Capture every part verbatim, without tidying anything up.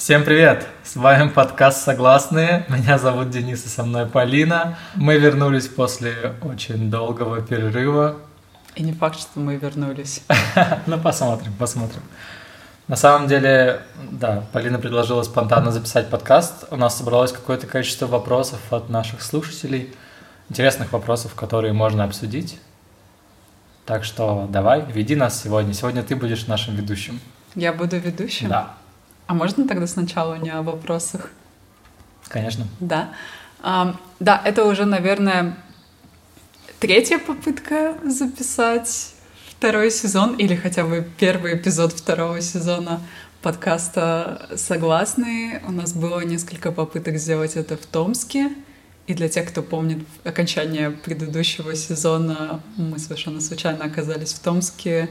Всем привет! С вами подкаст «Согласные». Меня зовут Денис, и со мной Полина. Мы вернулись после очень долгого перерыва. И не факт, что мы вернулись. Ну, посмотрим, посмотрим. На самом деле, да, Полина предложила спонтанно записать подкаст. У нас собралось какое-то количество вопросов от наших слушателей, интересных вопросов, которые можно обсудить. Так что давай, веди нас сегодня. Сегодня ты будешь нашим ведущим. Я буду ведущим? Да. А можно тогда сначала не о вопросах? Конечно. Да. А, да, это уже, наверное, третья попытка записать второй сезон или хотя бы первый эпизод второго сезона подкаста «Согласные». У нас было несколько попыток сделать это в Томске. И для тех, кто помнит окончание предыдущего сезона, мы совершенно случайно оказались в Томске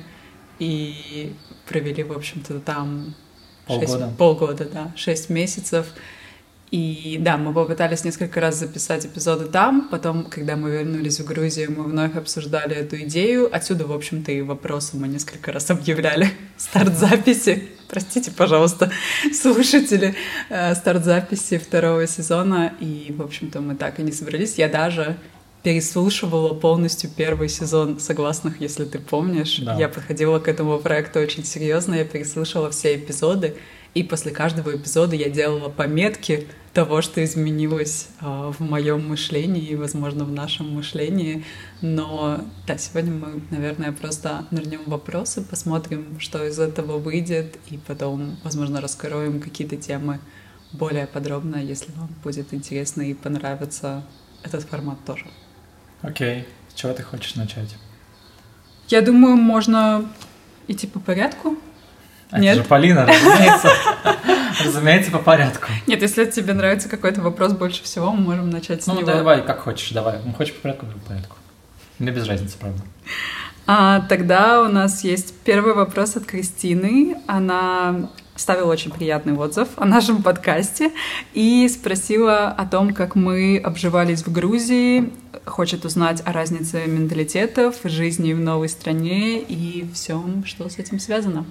и провели, в общем-то, там... Полгода. Шесть, полгода, да, шесть месяцев. И да, мы попытались несколько раз записать эпизоды там. Потом, когда мы вернулись в Грузию, мы вновь обсуждали эту идею. Отсюда, в общем-то, и вопросы мы несколько раз объявляли. Старт записи. Простите, пожалуйста, слушатели. Старт записи второго сезона. И, в общем-то, мы так и не собрались. Я даже переслушивала полностью первый сезон «Согласных», если ты помнишь. Да. Я подходила к этому проекту очень серьезно, я переслушала все эпизоды, и после каждого эпизода я делала пометки того, что изменилось э, в моем мышлении и, возможно, в нашем мышлении. Но да, сегодня мы, наверное, просто нырнем в вопросы, посмотрим, что из этого выйдет, и потом, возможно, раскроем какие-то темы более подробно, если вам будет интересно и понравится этот формат тоже. Окей. С чего ты хочешь начать? Я думаю, можно идти по порядку. А Нет? Это же Полина, разумеется. Разумеется, по порядку. Нет, если тебе нравится какой-то вопрос больше всего, мы можем начать с ну, него. Ну, давай, как хочешь, давай. Ну, хочешь по порядку, давай по порядку. Мне без разницы, правда. А, тогда у нас есть первый вопрос от Кристины. Она ставила очень приятный отзыв о нашем подкасте и спросила о том, как мы обживались в Грузии, хочет узнать о разнице менталитетов, жизни в новой стране и всем, что с этим связано.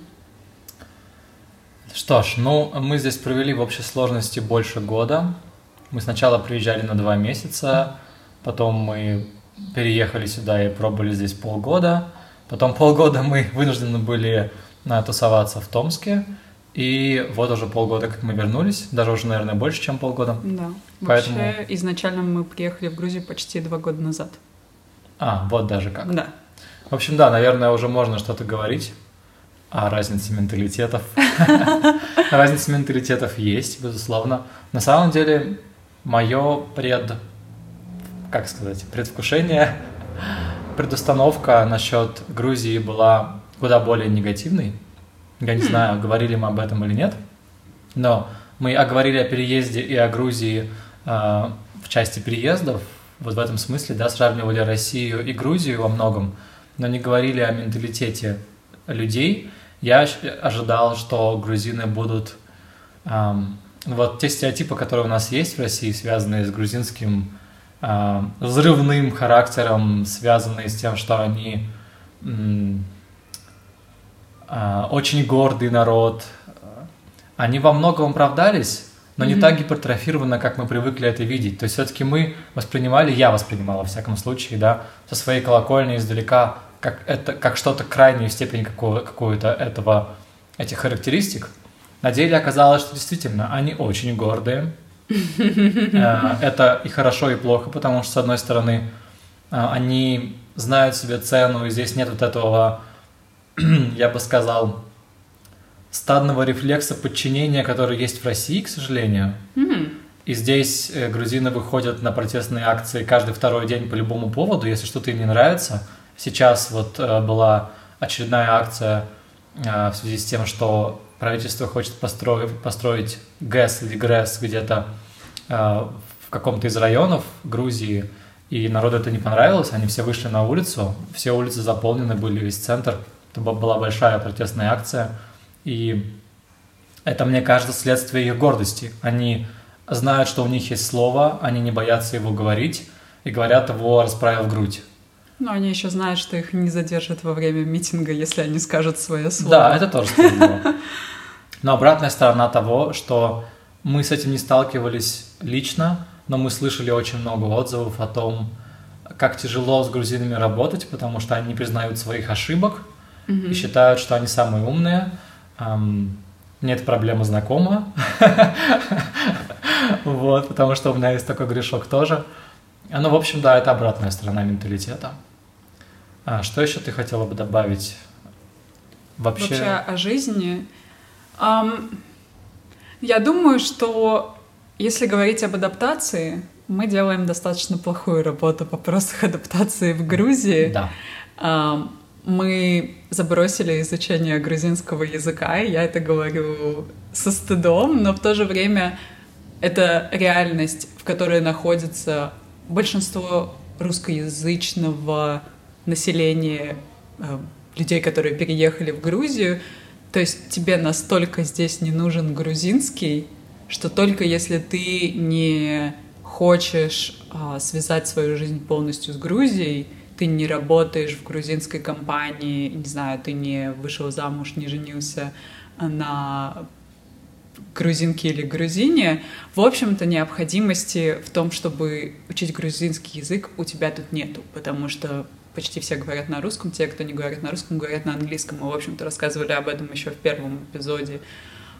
Что ж, ну, мы здесь провели в общей сложности больше года. Мы сначала приезжали на два месяца, потом мы переехали сюда и пробовали здесь полгода, потом полгода мы вынуждены были тусоваться в Томске. И вот уже полгода, как мы вернулись, даже уже, наверное, больше, чем полгода. Да. Поэтому... Вообще, изначально мы приехали в Грузию почти два года назад. А, вот даже как. Да. В общем, да, наверное, уже можно что-то говорить о разнице менталитетов. Разница менталитетов есть, безусловно. На самом деле, мое пред... как сказать, предвкушение, предустановка насчет Грузии была куда более негативной. Я не знаю, говорили мы об этом или нет, но мы оговорили о переезде и о Грузии э, в части переездов, вот в этом смысле, да, сравнивали Россию и Грузию во многом, но не говорили о менталитете людей. Я ожидал, что грузины будут... Э, вот те стереотипы, которые у нас есть в России, связанные с грузинским э, взрывным характером, связанные с тем, что они... Э, очень гордый народ. Они во многом оправдались, но не mm-hmm. так гипертрофировано, как мы привыкли это видеть. То есть все-таки мы воспринимали, я воспринимал во всяком случае, да, со своей колокольни издалека, как, это, как что-то крайнюю степень какого, какую-то этого, этих характеристик. На деле оказалось, что действительно они очень гордые. Это и хорошо, и плохо, потому что, с одной стороны, они знают себе цену, и здесь нет вот этого... я бы сказал, стадного рефлекса подчинения, который есть в России, к сожалению. Mm-hmm. И здесь грузины выходят на протестные акции каждый второй день по любому поводу, если что-то им не нравится. Сейчас вот была очередная акция в связи с тем, что правительство хочет построить, построить ГЭС или ГРЭС где-то в каком-то из районов Грузии, и народу это не понравилось, они все вышли на улицу, все улицы заполнены были, весь центр. Это была большая протестная акция, и это, мне кажется, следствие их гордости. Они знают, что у них есть слово, они не боятся его говорить, и говорят его, расправив грудь. Но они еще знают, что их не задержат во время митинга, если они скажут свое слово. Да, это тоже справедливо. Но обратная сторона того, что мы с этим не сталкивались лично, но мы слышали очень много отзывов о том, как тяжело с грузинами работать, потому что они не признают своих ошибок mm-hmm. и считают, что они самые умные. Мне эта проблема знакома, вот, потому что у меня есть такой грешок тоже. Ну, в общем, да, это обратная сторона менталитета. А что еще ты хотела бы добавить? Вообще, Вообще о жизни. Um, я думаю, что если говорить об адаптации, мы делаем достаточно плохую работу в вопросах адаптации в Грузии. Да. Um, мы забросили изучение грузинского языка, и я это говорю со стыдом, но в то же время это реальность, в которой находится большинство русскоязычного населения, людей, которые переехали в Грузию. То есть тебе настолько здесь не нужен грузинский, что только если ты не хочешь а, связать свою жизнь полностью с Грузией, ты не работаешь в грузинской компании, не знаю, ты не вышел замуж, не женился на грузинке или грузине, в общем-то, необходимости в том, чтобы учить грузинский язык, у тебя тут нету, потому что почти все говорят на русском, те, кто не говорит на русском, говорят на английском. Мы, в общем-то, рассказывали об этом еще в первом эпизоде э,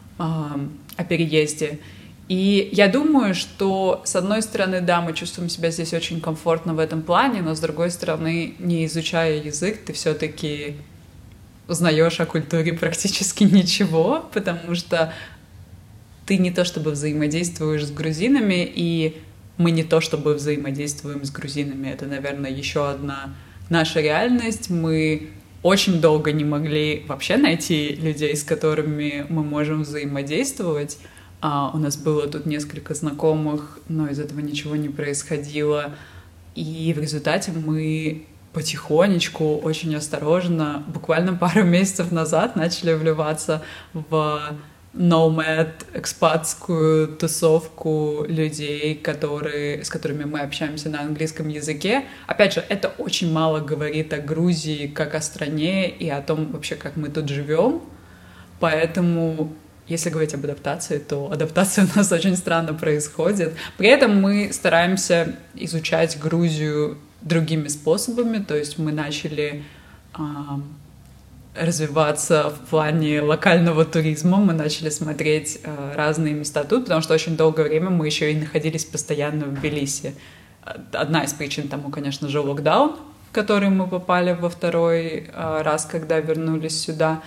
о переезде. И я думаю, что, с одной стороны, да, мы чувствуем себя здесь очень комфортно в этом плане, но, с другой стороны, не изучая язык, ты все-таки узнаешь о культуре практически ничего, потому что ты не то чтобы взаимодействуешь с грузинами, и мы не то чтобы взаимодействуем с грузинами. Это, наверное, еще одна наша реальность. Мы очень долго не могли вообще найти людей, с которыми мы можем взаимодействовать. А у нас было тут несколько знакомых, но из этого ничего не происходило. И в результате мы потихонечку, очень осторожно, буквально пару месяцев назад начали вливаться в nomad, экспатскую тусовку людей, которые, с которыми мы общаемся на английском языке. Опять же, это очень мало говорит о Грузии как о стране и о том вообще, как мы тут живем. Поэтому, если говорить об адаптации, то адаптация у нас очень странно происходит. При этом мы стараемся изучать Грузию другими способами, то есть мы начали а, развиваться в плане локального туризма, мы начали смотреть а, разные места тут, потому что очень долгое время мы еще и находились постоянно в Тбилиси. Одна из причин тому, конечно же, локдаун, в который мы попали во второй а, раз, когда вернулись сюда.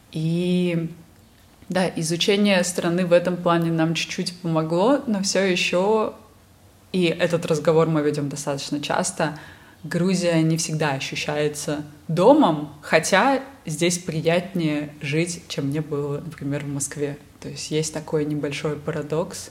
И да, изучение страны в этом плане нам чуть-чуть помогло, но все еще, и этот разговор мы ведем достаточно часто, Грузия не всегда ощущается домом, хотя здесь приятнее жить, чем мне было, например, в Москве. То есть есть такой небольшой парадокс.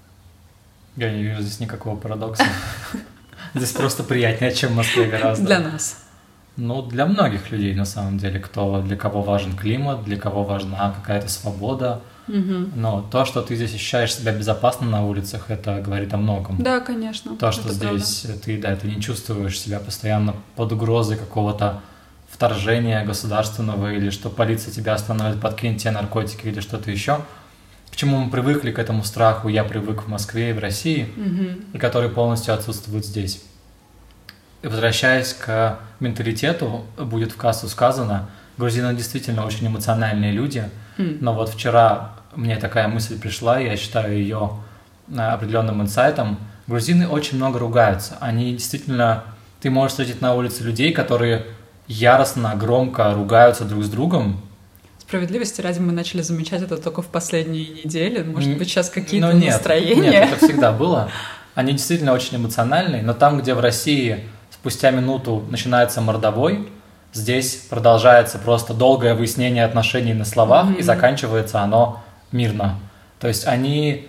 Я не вижу здесь никакого парадокса. Здесь просто приятнее, чем в Москве гораздо. Для нас. Ну, для многих людей, на самом деле, кто, для кого важен климат, для кого важна какая-то свобода. Угу. Но то, что ты здесь ощущаешь себя безопасно на улицах, это говорит о многом. Да, конечно. То, что здесь правда. ты, да, ты не чувствуешь себя постоянно под угрозой какого-то вторжения государственного, или что полиция тебя остановит, подкинет тебе наркотики или что-то еще. К чему мы привыкли, к этому страху, я привык в Москве и в России, угу. и который полностью отсутствует здесь. И возвращаясь к менталитету, будет в кассу сказано, грузины действительно очень эмоциональные люди, mm. но вот вчера мне такая мысль пришла, и я считаю ее определенным инсайтом. Грузины очень много ругаются. Они действительно... Ты можешь встретить на улице людей, которые яростно, громко ругаются друг с другом. Справедливости ради, мы начали замечать это только в последние недели. Может быть, сейчас какие-то ну, нет, настроения? Нет, это всегда было. Они действительно очень эмоциональные, но там, где в России... Спустя минуту начинается мордовой, здесь продолжается просто долгое выяснение отношений на словах, mm-hmm. и заканчивается оно мирно. То есть они...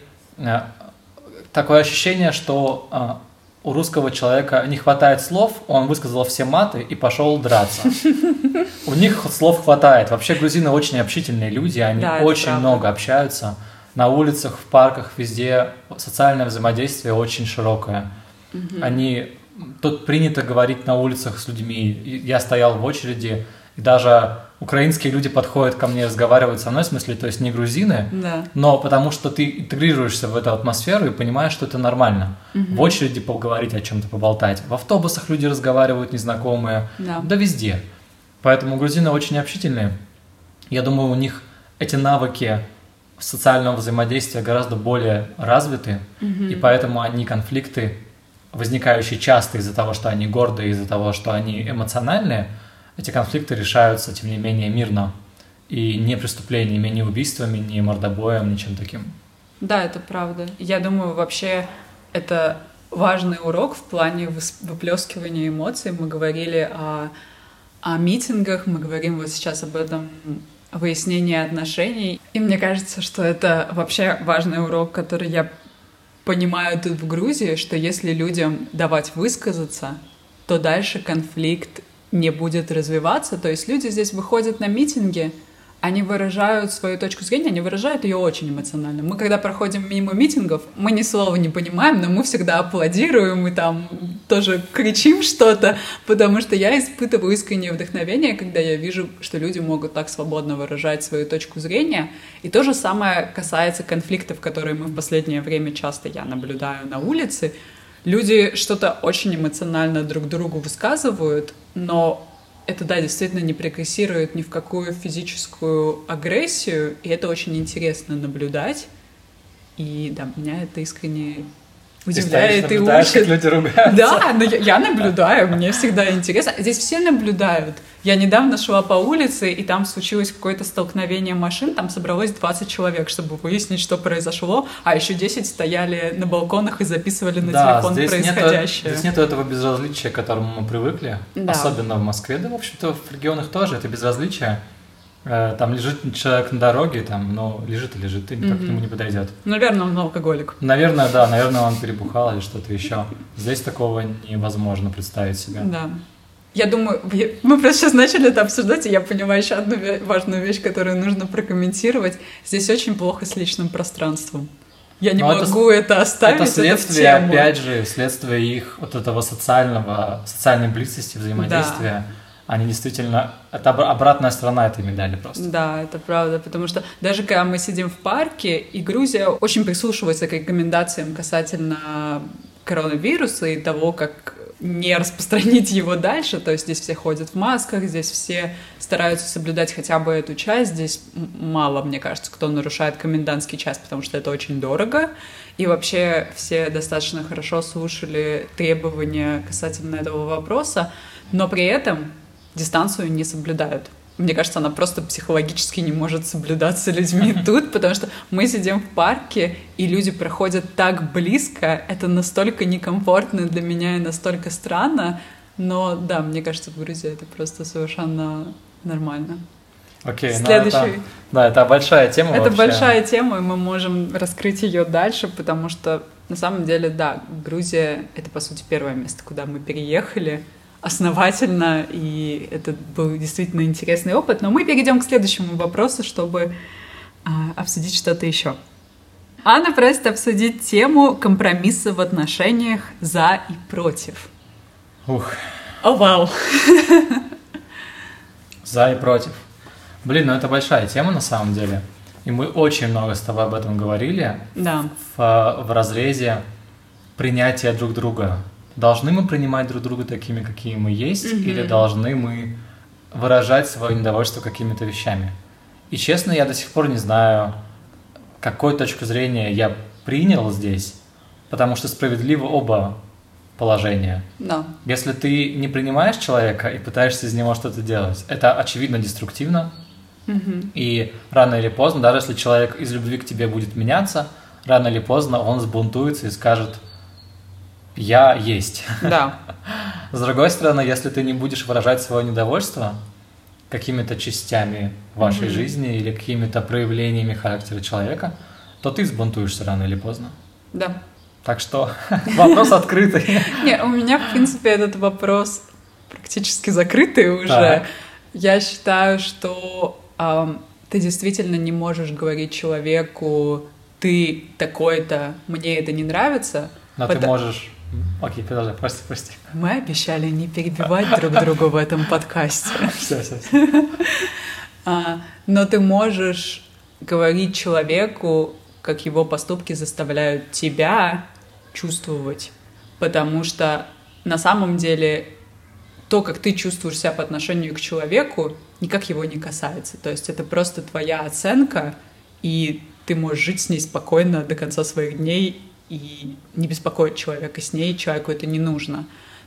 Такое ощущение, что у русского человека не хватает слов, он высказал все маты и пошел драться. У них слов хватает. Вообще грузины очень общительные люди, они очень много общаются. На улицах, в парках, везде социальное взаимодействие очень широкое. Они... Тут принято говорить на улицах с людьми. Я стоял в очереди, И даже украинские люди подходят ко мне, разговаривают со мной, в смысле, то есть не грузины, да. но потому что ты интегрируешься в эту атмосферу и понимаешь, что это нормально. Угу. В очереди поговорить о чем-то, поболтать. В автобусах люди разговаривают, незнакомые. Да. Да везде. Поэтому грузины очень общительные. Я думаю, у них эти навыки социального взаимодействия гораздо более развиты, угу. и поэтому они конфликты, возникающие часто из-за того, что они гордые, из-за того, что они эмоциональные, эти конфликты решаются, тем не менее, мирно. И не преступлениями, не убийствами, не мордобоем, ничем таким. Да, это правда. Я думаю, вообще это важный урок в плане выплескивания эмоций. Мы говорили о, о митингах, мы говорим вот сейчас об этом выяснении отношений. И мне кажется, что это вообще важный урок, который я понимаю тут в Грузии, что если людям давать высказаться, то дальше конфликт не будет развиваться. То есть люди здесь выходят на митинги, они выражают свою точку зрения, они выражают ее очень эмоционально. Мы, когда проходим мимо митингов, мы ни слова не понимаем, но мы всегда аплодируем и там тоже кричим что-то, потому что я испытываю искреннее вдохновение, когда я вижу, что люди могут так свободно выражать свою точку зрения. И то же самое касается конфликтов, которые мы в последнее время часто я наблюдаю на улице. Люди что-то очень эмоционально друг другу высказывают, но это, да, действительно не прогрессирует ни в какую физическую агрессию, и это очень интересно наблюдать. И, да, меня это искренне удивляет и учит. Как люди ругаются. Да, но я, я наблюдаю, мне всегда интересно. Здесь все наблюдают. Я недавно шла по улице, и там случилось какое-то столкновение машин, там собралось двадцать человек, чтобы выяснить, что произошло, а еще десять стояли на балконах и записывали на да, телефон здесь происходящее. Нету, здесь нет этого безразличия, к которому мы привыкли, да. Особенно в Москве, да, в общем-то, в регионах тоже это безразличие. Там лежит человек на дороге, там, ну, лежит и лежит, и никак mm-hmm. к нему не подойдет. Наверное, он алкоголик. Наверное, да, наверное, он перебухал или что-то еще. Здесь такого невозможно представить себе. Да. Я думаю, мы просто сейчас начали это обсуждать, и я поняла еще одну важную вещь, которую нужно прокомментировать. Здесь очень плохо с личным пространством. Я не Но могу это, это оставить. Это следствие, это опять же, следствие их вот этого социального, социальной близости, взаимодействия. Да. Они действительно... Это обратная сторона этой медали просто. Да, это правда, потому что даже когда мы сидим в парке, и Грузия очень прислушивается к рекомендациям касательно коронавируса и того, как не распространить его дальше, то есть здесь все ходят в масках, здесь все стараются соблюдать хотя бы эту часть, здесь мало, мне кажется, кто нарушает комендантский час, потому что это очень дорого, и вообще все достаточно хорошо слушали требования касательно этого вопроса, но при этом дистанцию не соблюдают. Мне кажется, она просто психологически не может соблюдаться людьми тут, потому что мы сидим в парке, и люди проходят так близко, это настолько некомфортно для меня и настолько странно, но да, мне кажется, в Грузии это просто совершенно нормально. Окей, Следующий. Ну это, да, это большая тема Это вообще. большая тема, и мы можем раскрыть ее дальше, потому что на самом деле, да, Грузия — это, по сути, первое место, куда мы переехали основательно, и это был действительно интересный опыт. Но мы перейдем к следующему вопросу, чтобы а, обсудить что-то еще. Анна просит обсудить тему компромисса в отношениях за и против. Ух. О, вау! За и против. Блин, ну это большая тема на самом деле. И мы очень много с тобой об этом говорили. Да. В, в разрезе принятия друг друга. Должны мы принимать друг друга такими, какие мы есть, mm-hmm. или должны мы выражать свое недовольство какими-то вещами? И честно, я до сих пор не знаю, какую точку зрения я принял здесь, потому что справедливо оба положения. No. Если ты не принимаешь человека и пытаешься из него что-то делать, это очевидно деструктивно, mm-hmm. и рано или поздно, даже если человек из любви к тебе будет меняться, рано или поздно он сбунтуется и скажет: «Я есть». Да. С другой стороны, если ты не будешь выражать свое недовольство какими-то частями вашей mm-hmm. жизни или какими-то проявлениями характера человека, то ты сбунтуешься рано или поздно. Да. Так что вопрос открытый. Не, у меня, в принципе, этот вопрос практически закрытый уже. Так. Я считаю, что э, ты действительно не можешь говорить человеку: «Ты такой-то, мне это не нравится». Но Потому... ты можешь Окей, подожди, прости, прости. Мы обещали не перебивать друг друга в этом подкасте. Все, все, все. Но ты можешь говорить человеку, как его поступки заставляют тебя чувствовать, потому что на самом деле то, как ты чувствуешь себя по отношению к человеку, никак его не касается. То есть это просто твоя оценка, и ты можешь жить с ней спокойно до конца своих дней и не беспокоить человека с ней, человеку это не нужно.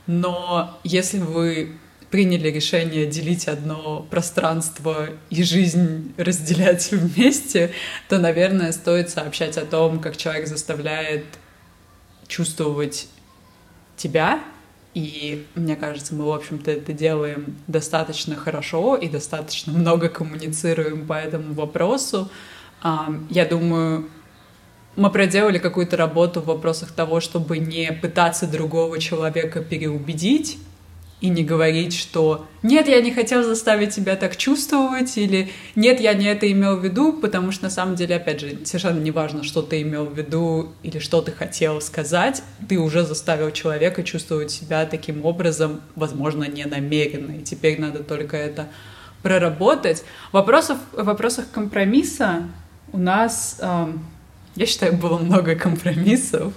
Но если вы приняли решение делить одно пространство и жизнь разделять вместе, то, наверное, стоит сообщать о том, как человек заставляет чувствовать тебя. И мне кажется, мы, в общем-то, это делаем достаточно хорошо и достаточно много коммуницируем по этому вопросу. Я думаю, мы проделали какую-то работу в вопросах того, чтобы не пытаться другого человека переубедить и не говорить, что «нет, я не хотел заставить тебя так чувствовать» или «нет, я не это имел в виду», потому что на самом деле, опять же, совершенно не важно, что ты имел в виду или что ты хотел сказать, ты уже заставил человека чувствовать себя таким образом, возможно, не намеренно, и теперь надо только это проработать. Вопросов, в вопросах компромисса у нас, эм, я считаю, было много компромиссов,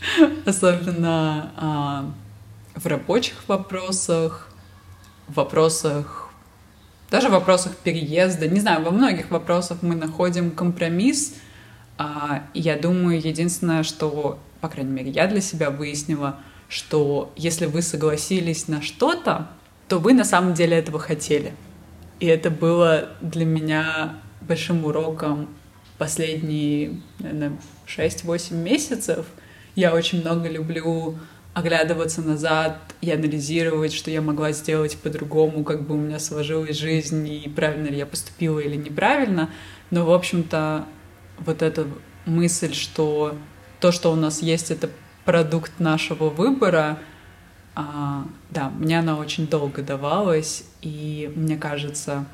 особенно э, в рабочих вопросах, в вопросах, даже в вопросах переезда. Не знаю, во многих вопросах мы находим компромисс. А, и я думаю, единственное, что, по крайней мере, я для себя выяснила, что если вы согласились на что-то, то вы на самом деле этого хотели. И это было для меня большим уроком последние, наверное, шесть-восемь месяцев. Я очень много люблю оглядываться назад и анализировать, что я могла сделать по-другому, как бы у меня сложилась жизнь, и правильно ли я поступила или неправильно. Но, в общем-то, вот эта мысль, что то, что у нас есть, это продукт нашего выбора, а, да, мне она очень долго давалась, и мне кажется,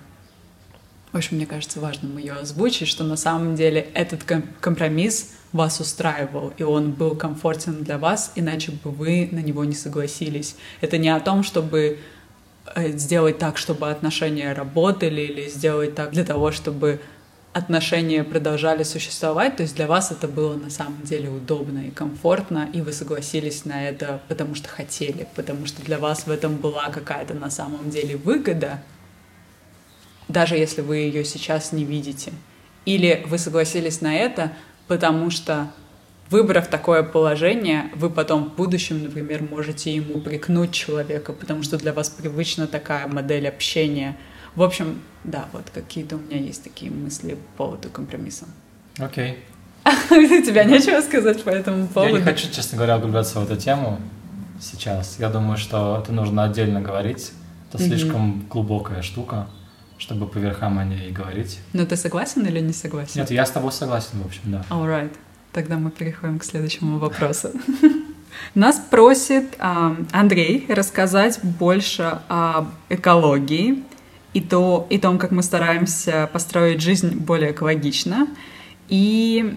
в общем, мне кажется важным ее озвучить, что на самом деле этот компромисс вас устраивал, и он был комфортен для вас, иначе бы вы на него не согласились. Это не о том, чтобы сделать так, чтобы отношения работали, или сделать так для того, чтобы отношения продолжали существовать. То есть для вас это было на самом деле удобно и комфортно, и вы согласились на это, потому что хотели, потому что для вас в этом была какая-то на самом деле выгода, даже если вы ее сейчас не видите. Или вы согласились на это, потому что, выбрав такое положение, вы потом в будущем, например, можете ему прикнуть человека, потому что для вас привычна такая модель общения. В общем, да, вот какие-то у меня есть такие мысли по поводу компромисса. Окей. У тебя нечего сказать по этому поводу? Я не хочу, честно говоря, углубляться в эту тему сейчас. Я думаю, что это нужно отдельно говорить. Это слишком глубокая штука, чтобы по верхам о ней говорить. Но ты согласен или не согласен? Нет, я с тобой согласен, в общем, да. All right. Тогда мы переходим к следующему вопросу. Нас просит а, Андрей рассказать больше об экологии и, то, и том, как мы стараемся построить жизнь более экологично. И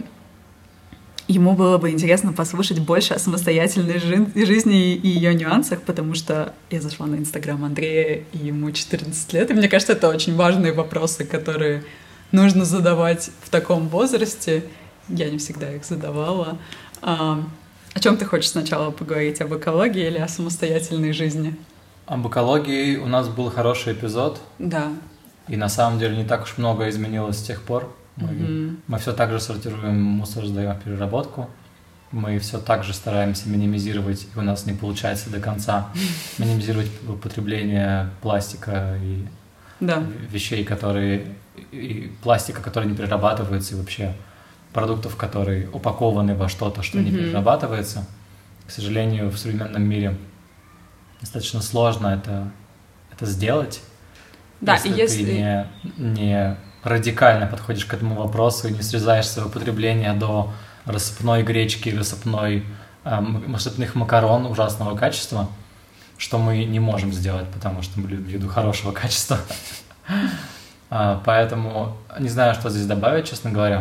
ему было бы интересно послушать больше о самостоятельной жи- жизни и ее нюансах, потому что я зашла на Инстаграм Андрея, и ему четырнадцать лет, и мне кажется, это очень важные вопросы, которые нужно задавать в таком возрасте. Я не всегда их задавала. А, о чем ты хочешь сначала поговорить, об экологии или о самостоятельной жизни? Об экологии у нас был хороший эпизод. Да. И на самом деле не так уж много изменилось с тех пор. Мы, mm-hmm. мы все так же сортируем мусор, сдаем в переработку. Мы все так же стараемся минимизировать, и у нас не получается до конца, минимизировать употребление пластика и да. вещей, которые... и пластика, который не перерабатывается, и вообще продуктов, которые упакованы во что-то, что mm-hmm. не перерабатывается. К сожалению, в современном мире достаточно сложно это, это сделать. Да, если, если... ты не, не радикально подходишь к этому вопросу и не срезаешь свое потребление до рассыпной гречки, рассыпной, эм, рассыпных макарон ужасного качества, что мы не можем сделать, потому что мы любим еду хорошего качества. Поэтому не знаю, что здесь добавить, честно говоря.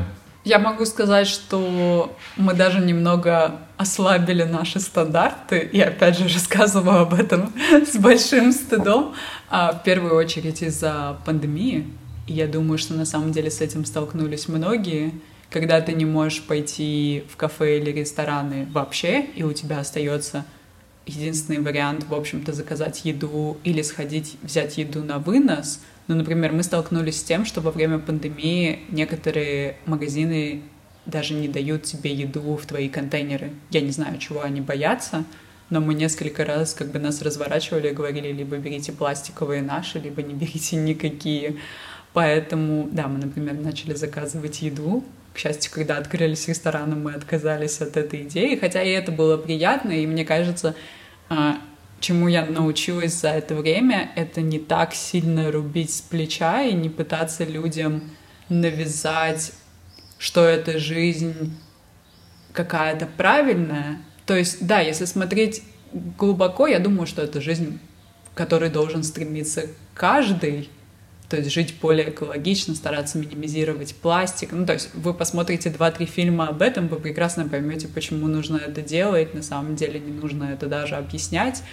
Я могу сказать, что мы даже немного ослабили наши стандарты, и опять же рассказываю об этом с большим стыдом, а в первую очередь из-за пандемии. И я думаю, что на самом деле с этим столкнулись многие, когда ты не можешь пойти в кафе или рестораны вообще, и у тебя остается единственный вариант, в общем-то, заказать еду или сходить взять еду на вынос. Ну, например, мы столкнулись с тем, что во время пандемии некоторые магазины даже не дают тебе еду в твои контейнеры. Я не знаю, чего они боятся, но мы несколько раз как бы нас разворачивали и говорили, либо берите пластиковые наши, либо не берите никакие. Поэтому, да, мы, например, начали заказывать еду. К счастью, когда открылись рестораны, мы отказались от этой идеи, хотя и это было приятно, и мне кажется, чему я научилась за это время, это не так сильно рубить с плеча и не пытаться людям навязать, что эта жизнь какая-то правильная. То есть, да, если смотреть глубоко, я думаю, что это жизнь, к которой должен стремиться каждый. То есть жить более экологично, стараться минимизировать пластик. Ну, то есть вы посмотрите два-три фильма об этом, вы прекрасно поймете, почему нужно это делать. На самом деле не нужно это даже объяснять.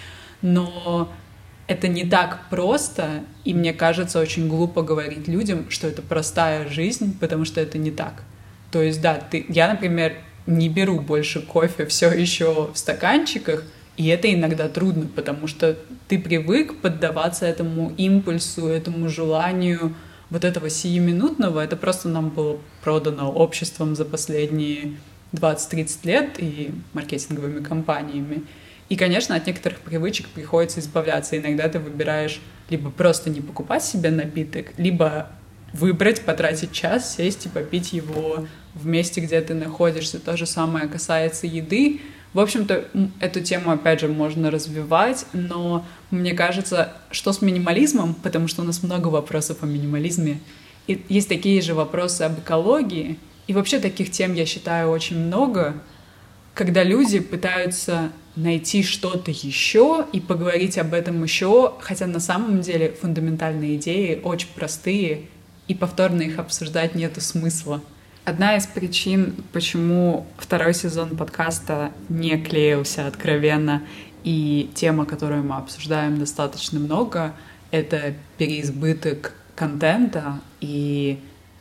Но это не так просто, и мне кажется, очень глупо говорить людям, что это простая жизнь, потому что это не так. То есть, да, ты, я, например, не беру больше кофе все еще в стаканчиках, и это иногда трудно, потому что ты привык поддаваться этому импульсу, этому желанию вот этого сиюминутного. Это просто нам было продано обществом за последние двадцать-тридцать лет и маркетинговыми компаниями. И, конечно, от некоторых привычек приходится избавляться. Иногда ты выбираешь либо просто не покупать себе напиток, либо выбрать, потратить час, сесть и попить его в месте, где ты находишься. То же самое касается еды. В общем-то, эту тему, опять же, можно развивать, но мне кажется, что с минимализмом, потому что у нас много вопросов о минимализме, и есть такие же вопросы об экологии, и вообще таких тем, я считаю, очень много, когда люди пытаются найти что-то еще и поговорить об этом еще, хотя на самом деле фундаментальные идеи очень простые, и повторно их обсуждать нету смысла. Одна из причин, почему второй сезон подкаста не клеился откровенно, и тема, которую мы обсуждаем достаточно много, это переизбыток контента и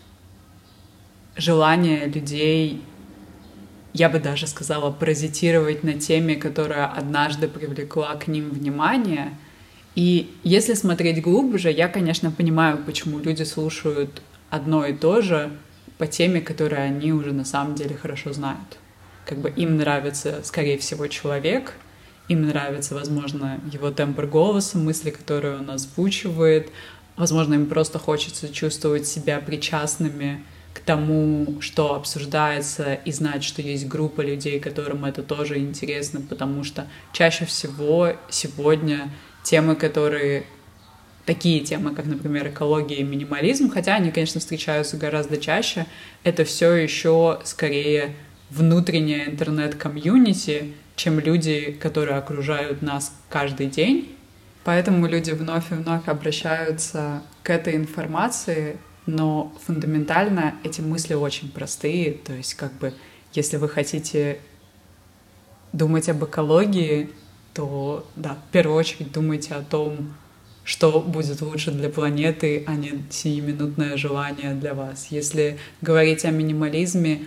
желание людей, я бы даже сказала, паразитировать на теме, которая однажды привлекла к ним внимание. И если смотреть глубже, я, конечно, понимаю, почему люди слушают одно и то же по теме, которую они уже на самом деле хорошо знают. Как бы им нравится, скорее всего, человек, им нравится, возможно, его тембр голоса, мысли, которые он озвучивает, возможно, им просто хочется чувствовать себя причастными к тому, что обсуждается, и знать, что есть группа людей, которым это тоже интересно, потому что чаще всего сегодня темы, которые... Такие темы, как, например, экология и минимализм, хотя они, конечно, встречаются гораздо чаще, это все еще скорее внутреннее интернет-комьюнити, чем люди, которые окружают нас каждый день. Поэтому люди вновь и вновь обращаются к этой информации, но фундаментально эти мысли очень простые. То есть, как бы, если вы хотите думать об экологии, то, да, в первую очередь думайте о том, что будет лучше для планеты, а не сиюминутное желание для вас. Если говорить о минимализме,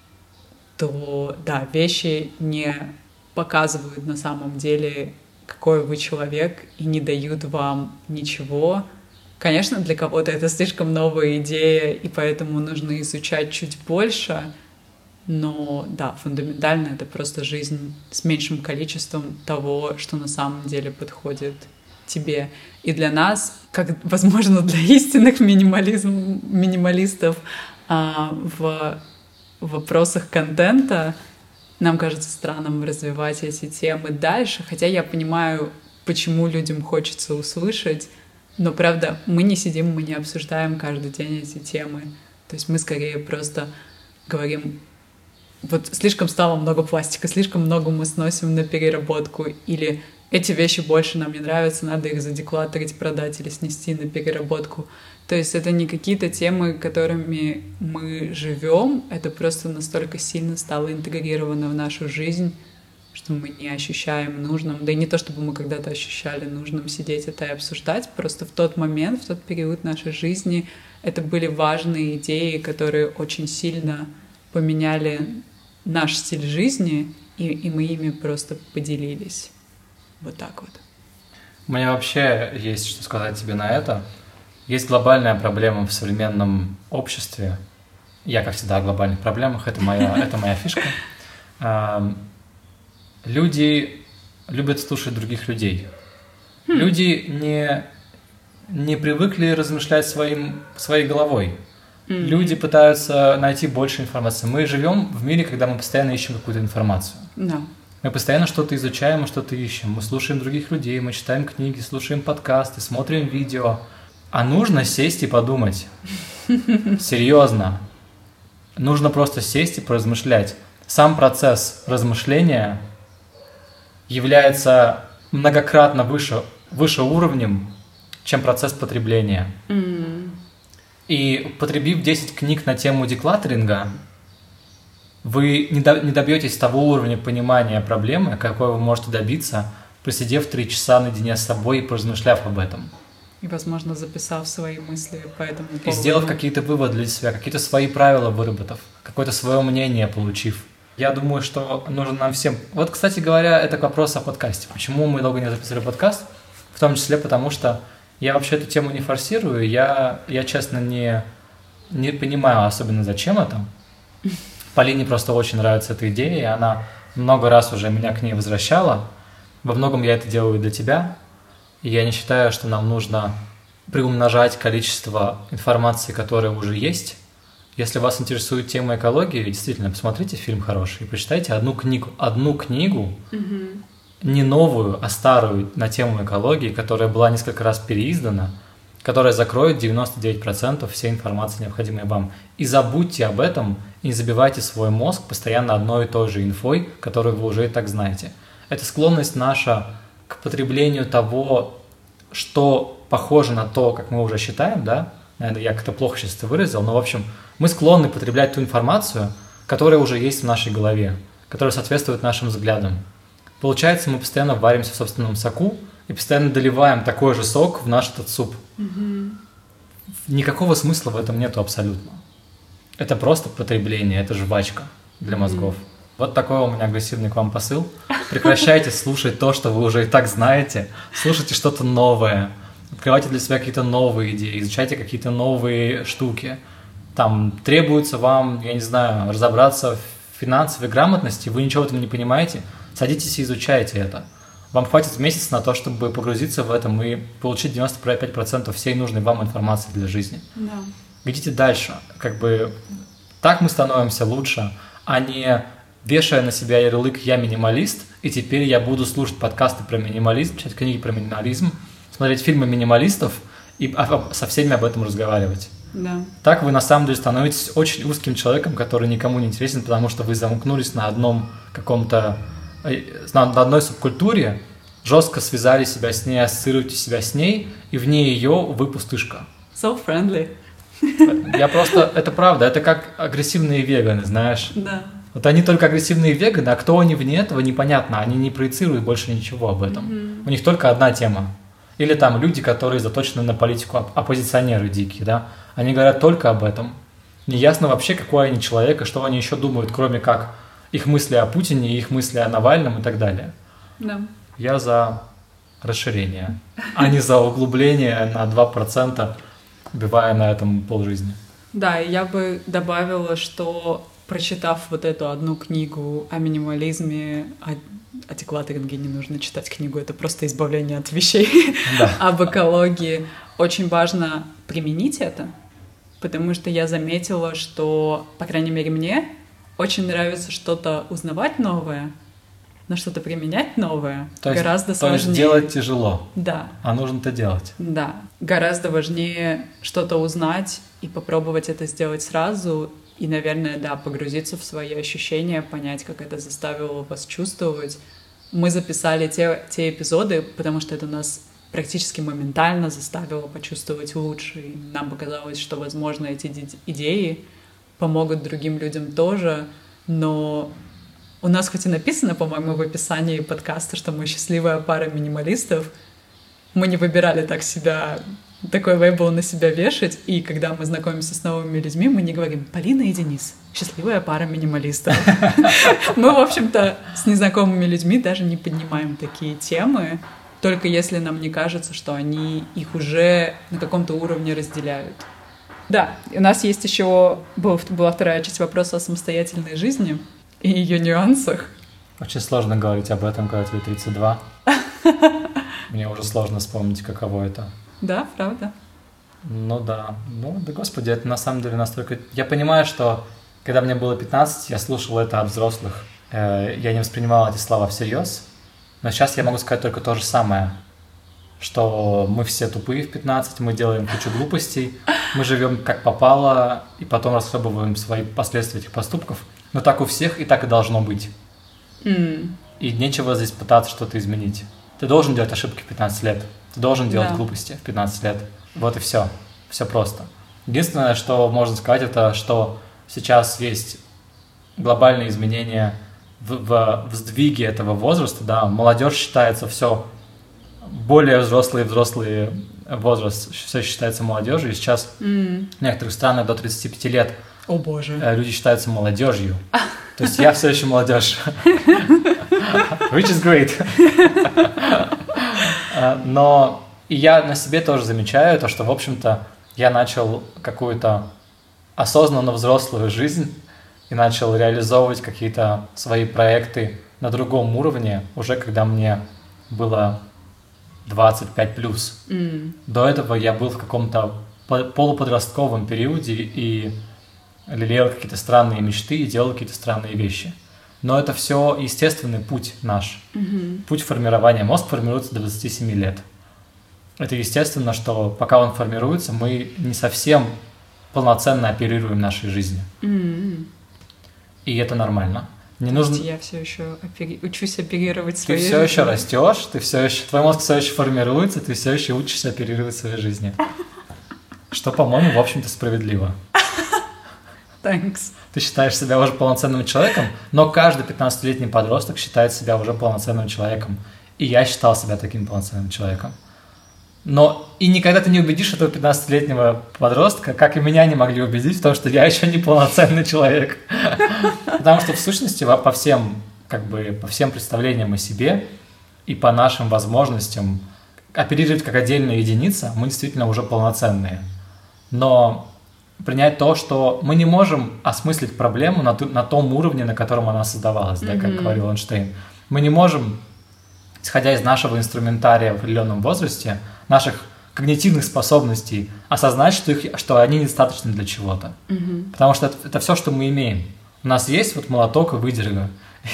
то, да, вещи не показывают на самом деле, какой вы человек, и не дают вам ничего. Конечно, для кого-то это слишком новая идея, и поэтому нужно изучать чуть больше, но, да, фундаментально это просто жизнь с меньшим количеством того, что на самом деле подходит тебе. И для нас, как, возможно, для истинных минимализм, минималистов а, в вопросах контента, нам кажется странным развивать эти темы дальше, хотя я понимаю, почему людям хочется услышать, но, правда, мы не сидим, мы не обсуждаем каждый день эти темы. То есть мы скорее просто говорим, вот слишком стало много пластика, слишком много мы сносим на переработку, или эти вещи больше нам не нравятся, надо их задеклаторить, продать или снести на переработку. То есть это не какие-то темы, которыми мы живем, это просто настолько сильно стало интегрировано в нашу жизнь, что мы не ощущаем нужным, да и не то, чтобы мы когда-то ощущали нужным сидеть это и обсуждать, просто в тот момент, в тот период нашей жизни это были важные идеи, которые очень сильно поменяли наш стиль жизни, и, и мы ими просто поделились. Вот так вот. У меня вообще есть что сказать тебе на это. Есть глобальная проблема в современном обществе. Я, как всегда, о глобальных проблемах. Это моя, это моя фишка. Люди любят слушать других людей. Хм. Люди не, не привыкли размышлять своим, своей головой. Mm-hmm. Люди пытаются найти больше информации. Мы живем в мире, когда мы постоянно ищем какую-то информацию. No. Мы постоянно что-то изучаем и что-то ищем. Мы слушаем других людей, мы читаем книги, слушаем подкасты, смотрим видео. А нужно сесть и подумать. Серьезно. Нужно просто сесть и поразмышлять. Сам процесс размышления является многократно выше, выше уровнем, чем процесс потребления. Mm. И потребив десять книг на тему деклаттеринга, вы не, до, не добьетесь того уровня понимания проблемы, какой вы можете добиться, просидев три часа наедине с собой и поразмышляв об этом. И, возможно, записав свои мысли по этому поводу. И сделав какие-то выводы для себя, какие-то свои правила выработав, какое-то свое мнение получив. Я думаю, что нужно нам всем... Вот, кстати говоря, это вопрос о подкасте. Почему мы долго не записывали подкаст? В том числе потому, что я вообще эту тему не форсирую. Я, я честно, не, не понимаю особенно, зачем это. Полине просто очень нравится эта идея, и она много раз уже меня к ней возвращала. Во многом я это делаю для тебя. И я не считаю, что нам нужно приумножать количество информации, которая уже есть. Если вас интересует тема экологии, действительно, посмотрите фильм хороший и прочитайте одну книгу. Одну книгу, mm-hmm. не новую, а старую на тему экологии, которая была несколько раз переиздана, которая закроет девяносто девять процентов всей информации, необходимой вам. И забудьте об этом, и не забивайте свой мозг постоянно одной и той же инфой, которую вы уже и так знаете. Это склонность наша к потреблению того, что похоже на то, как мы уже считаем, да? Наверное, я как-то плохо сейчас это выразил, но, в общем, мы склонны потреблять ту информацию, которая уже есть в нашей голове, которая соответствует нашим взглядам. Получается, мы постоянно варимся в собственном соку и постоянно доливаем такой же сок в наш этот суп. Mm-hmm. Никакого смысла в этом нету абсолютно. Это просто потребление, это жвачка для мозгов. Mm-hmm. Вот такой у меня агрессивный к вам посыл. Прекращайте слушать то, что вы уже и так знаете. Слушайте что-то новое. Открывайте для себя какие-то новые идеи, изучайте какие-то новые штуки. Там требуется вам, я не знаю, разобраться в финансовой грамотности, вы ничего в этом не понимаете, садитесь и изучайте это. Вам хватит месяца на то, чтобы погрузиться в этом и получить девяносто пять процентов всей нужной вам информации для жизни. Да. Идите дальше. Как бы так мы становимся лучше, а не вешая на себя ярлык «я минималист», и теперь я буду слушать подкасты про минимализм, читать книги про минимализм, смотреть фильмы минималистов и со всеми об этом разговаривать. Да. Так вы на самом деле становитесь очень узким человеком, который никому не интересен, потому что вы замкнулись на одном каком-то, на одной субкультуре, жестко связали себя с ней, ассоциируете себя с ней, и вне ее вы пустышка. So friendly. Я просто, это правда, это как агрессивные веганы, знаешь. Да. Вот они только агрессивные веганы, а кто они вне этого, непонятно. Они не проецируют больше ничего об этом. Mm-hmm. У них только одна тема. Или там люди, которые заточены на политику, оппозиционеры дикие, да. Они говорят только об этом. Неясно вообще, какой они человек и что они еще думают, кроме как их мысли о Путине, их мысли о Навальном и так далее. Да. Я за расширение, а не за углубление на два процента, убивая на этом полжизни. Да, и я бы добавила, что прочитав вот эту одну книгу о минимализме, о, о деклаттеринге не нужно читать книгу, это просто избавление от вещей, да. Об экологии, очень важно применить это, потому что я заметила, что, по крайней мере, мне очень нравится что-то узнавать новое, но что-то применять новое то есть, гораздо то сложнее. есть делать тяжело, да. А нужно-то делать. Да, гораздо важнее что-то узнать и попробовать это сделать сразу, и, наверное, да, погрузиться в свои ощущения, понять, как это заставило вас чувствовать, Мы записали те, те эпизоды, потому что это нас практически моментально заставило почувствовать лучше. И нам показалось, что, возможно, эти идеи помогут другим людям тоже, но у нас хоть и написано, по-моему, в описании подкаста, что мы счастливая пара минималистов, мы не выбирали так себя, такой лейбл на себя вешать, и когда мы знакомимся с новыми людьми, мы не говорим «Полина и Денис, счастливая пара минималистов». Мы, в общем-то, с незнакомыми людьми даже не поднимаем такие темы, только если нам не кажется, что они их уже на каком-то уровне разделяют. Да, у нас есть еще была вторая часть вопроса о самостоятельной жизни и ее нюансах. Очень сложно говорить об этом, когда тебе тридцать два. Мне уже сложно вспомнить, каково это. Да, правда. Ну да. Ну да, господи, это на самом деле настолько... Я понимаю, что когда мне было пятнадцать, я слушал это от взрослых. Я не воспринимал эти слова всерьез. Но сейчас я могу сказать только то же самое. Что мы все тупые в пятнадцать, мы делаем кучу глупостей, мы живем как попало, и потом расхлебываем свои последствия этих поступков. Но так у всех, и так и должно быть. Mm. И нечего здесь пытаться что-то изменить. Ты должен делать ошибки в пятнадцать лет. Ты должен делать да. глупости в пятнадцать лет. Вот и все. Все просто. Единственное, что можно сказать, это что сейчас есть глобальные изменения в, в, в сдвиге этого возраста. Да? Молодежь считается все... Более взрослый взрослый возраст все считается молодежью. И сейчас mm. в некоторых странах до тридцати пяти лет О, боже. люди считаются молодежью. То есть я все еще молодежь. Which is great. Но и я на себе тоже замечаю то, что, в общем-то, я начал какую-то осознанно взрослую жизнь и начал реализовывать какие-то свои проекты на другом уровне, уже когда мне было двадцать пять плюс. Mm. До этого я был в каком-то полуподростковом периоде и лелеял какие-то странные мечты и делал какие-то странные вещи. Но это все естественный путь наш. Mm-hmm. Путь формирования. Мозг формируется до двадцати семи лет. Это естественно, что пока он формируется, мы не совсем полноценно оперируем нашей жизнью. Mm-hmm. И это нормально. Не То нужно... есть я все еще опери... учусь оперировать Ты своей все жизнью. еще растешь, ты все еще... твой мозг все еще формируется, ты все еще учишься оперировать своей жизнью. Что, по-моему, в общем-то справедливо. Thanks. Ты считаешь себя уже полноценным человеком, но каждый пятнадцатилетний подросток считает себя уже полноценным человеком. И я считал себя таким полноценным человеком. Но и никогда ты не убедишь этого пятнадцатилетнего подростка, как и меня не могли убедить в том, что я еще не полноценный человек. Потому что в сущности по всем, как бы, по всем представлениям о себе и по нашим возможностям оперировать как отдельная единица, мы действительно уже полноценные. Но принять то, что мы не можем осмыслить проблему на, на том уровне, на котором она создавалась, mm-hmm. да, как говорил Эйнштейн. Мы не можем, исходя из нашего инструментария в определенном возрасте, наших когнитивных способностей, осознать, что, их, что они недостаточны для чего-то. Mm-hmm. Потому что это, это все, что мы имеем. У нас есть вот молоток и выдерга.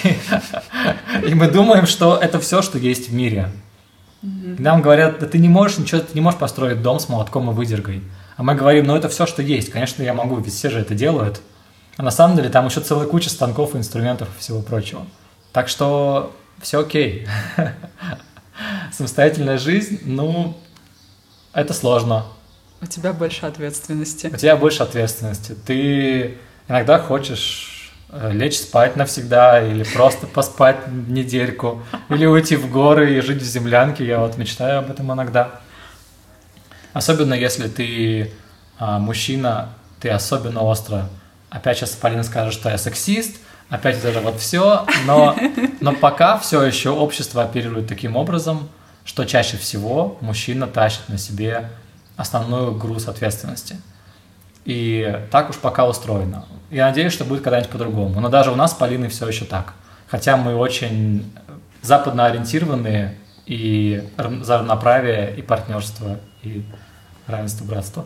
И мы думаем, что это все, что есть в мире. Нам говорят, да ты не можешь ничего, ты не можешь построить дом с молотком и выдергой. А мы говорим, ну это все, что есть. Конечно, я могу, ведь все же это делают. А на самом деле там еще целая куча станков, инструментов и всего прочего. Так что все окей. Самостоятельная жизнь, ну, это сложно. У тебя больше ответственности. У тебя больше ответственности. Ты иногда хочешь лечь спать навсегда или просто поспать недельку, или уйти в горы и жить в землянке. Я вот мечтаю об этом иногда. Особенно если ты а, мужчина, ты особенно остро. Опять сейчас Полина скажет, что я сексист, опять это вот все, но, но пока все еще общество оперирует таким образом, что чаще всего мужчина тащит на себе основной груз ответственности. И так уж пока устроено. Я надеюсь, что будет когда-нибудь по-другому. Но даже у нас с Полиной все еще так. Хотя мы очень западно ориентированные и за равноправие, и партнерство, и равенство, братство.